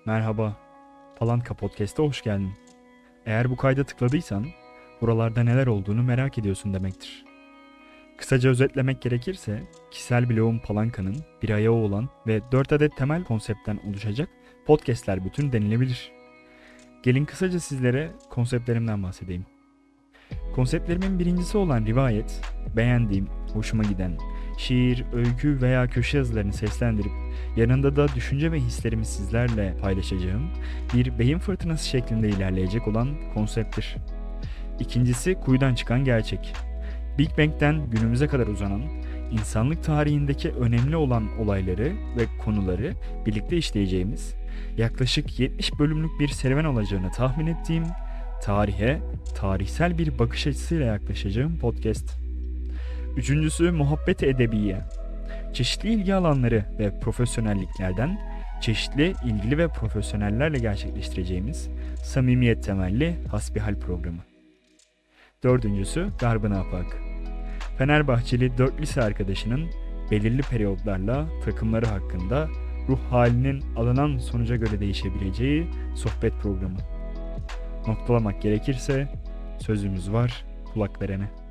Merhaba, Palanka Podcast'a hoş geldin. Eğer bu kayda tıkladıysan, buralarda neler olduğunu merak ediyorsun demektir. Kısaca özetlemek gerekirse, kişisel bloğum Palanka'nın bir ayağı olan ve 4 adet temel konseptten oluşacak podcastler bütün denilebilir. Gelin kısaca sizlere konseptlerimden bahsedeyim. Konseptlerimin birincisi olan rivayet, beğendiğim, hoşuma giden, şiir, öykü veya köşe yazılarını seslendirip yanında da düşünce ve hislerimi sizlerle paylaşacağım bir beyin fırtınası şeklinde ilerleyecek olan konsepttir. İkincisi kuyudan çıkan gerçek. Big Bang'den günümüze kadar uzanan, insanlık tarihindeki önemli olan olayları ve konuları birlikte işleyeceğimiz, yaklaşık 70 bölümlük bir serüven olacağını tahmin ettiğim, tarihe, tarihsel bir bakış açısıyla yaklaşacağım podcast. Üçüncüsü muhabbet edebiye. Çeşitli ilgi alanları ve profesyonelliklerden çeşitli ilgili ve profesyonellerle gerçekleştireceğimiz samimiyet temelli hasbihal programı. Dördüncüsü Garbın Apak. Fenerbahçeli 4 lise arkadaşının belirli periyotlarla takımları hakkında ruh halinin alınan sonuca göre değişebileceği sohbet programı. Noktalamak gerekirse sözümüz var, kulak verene.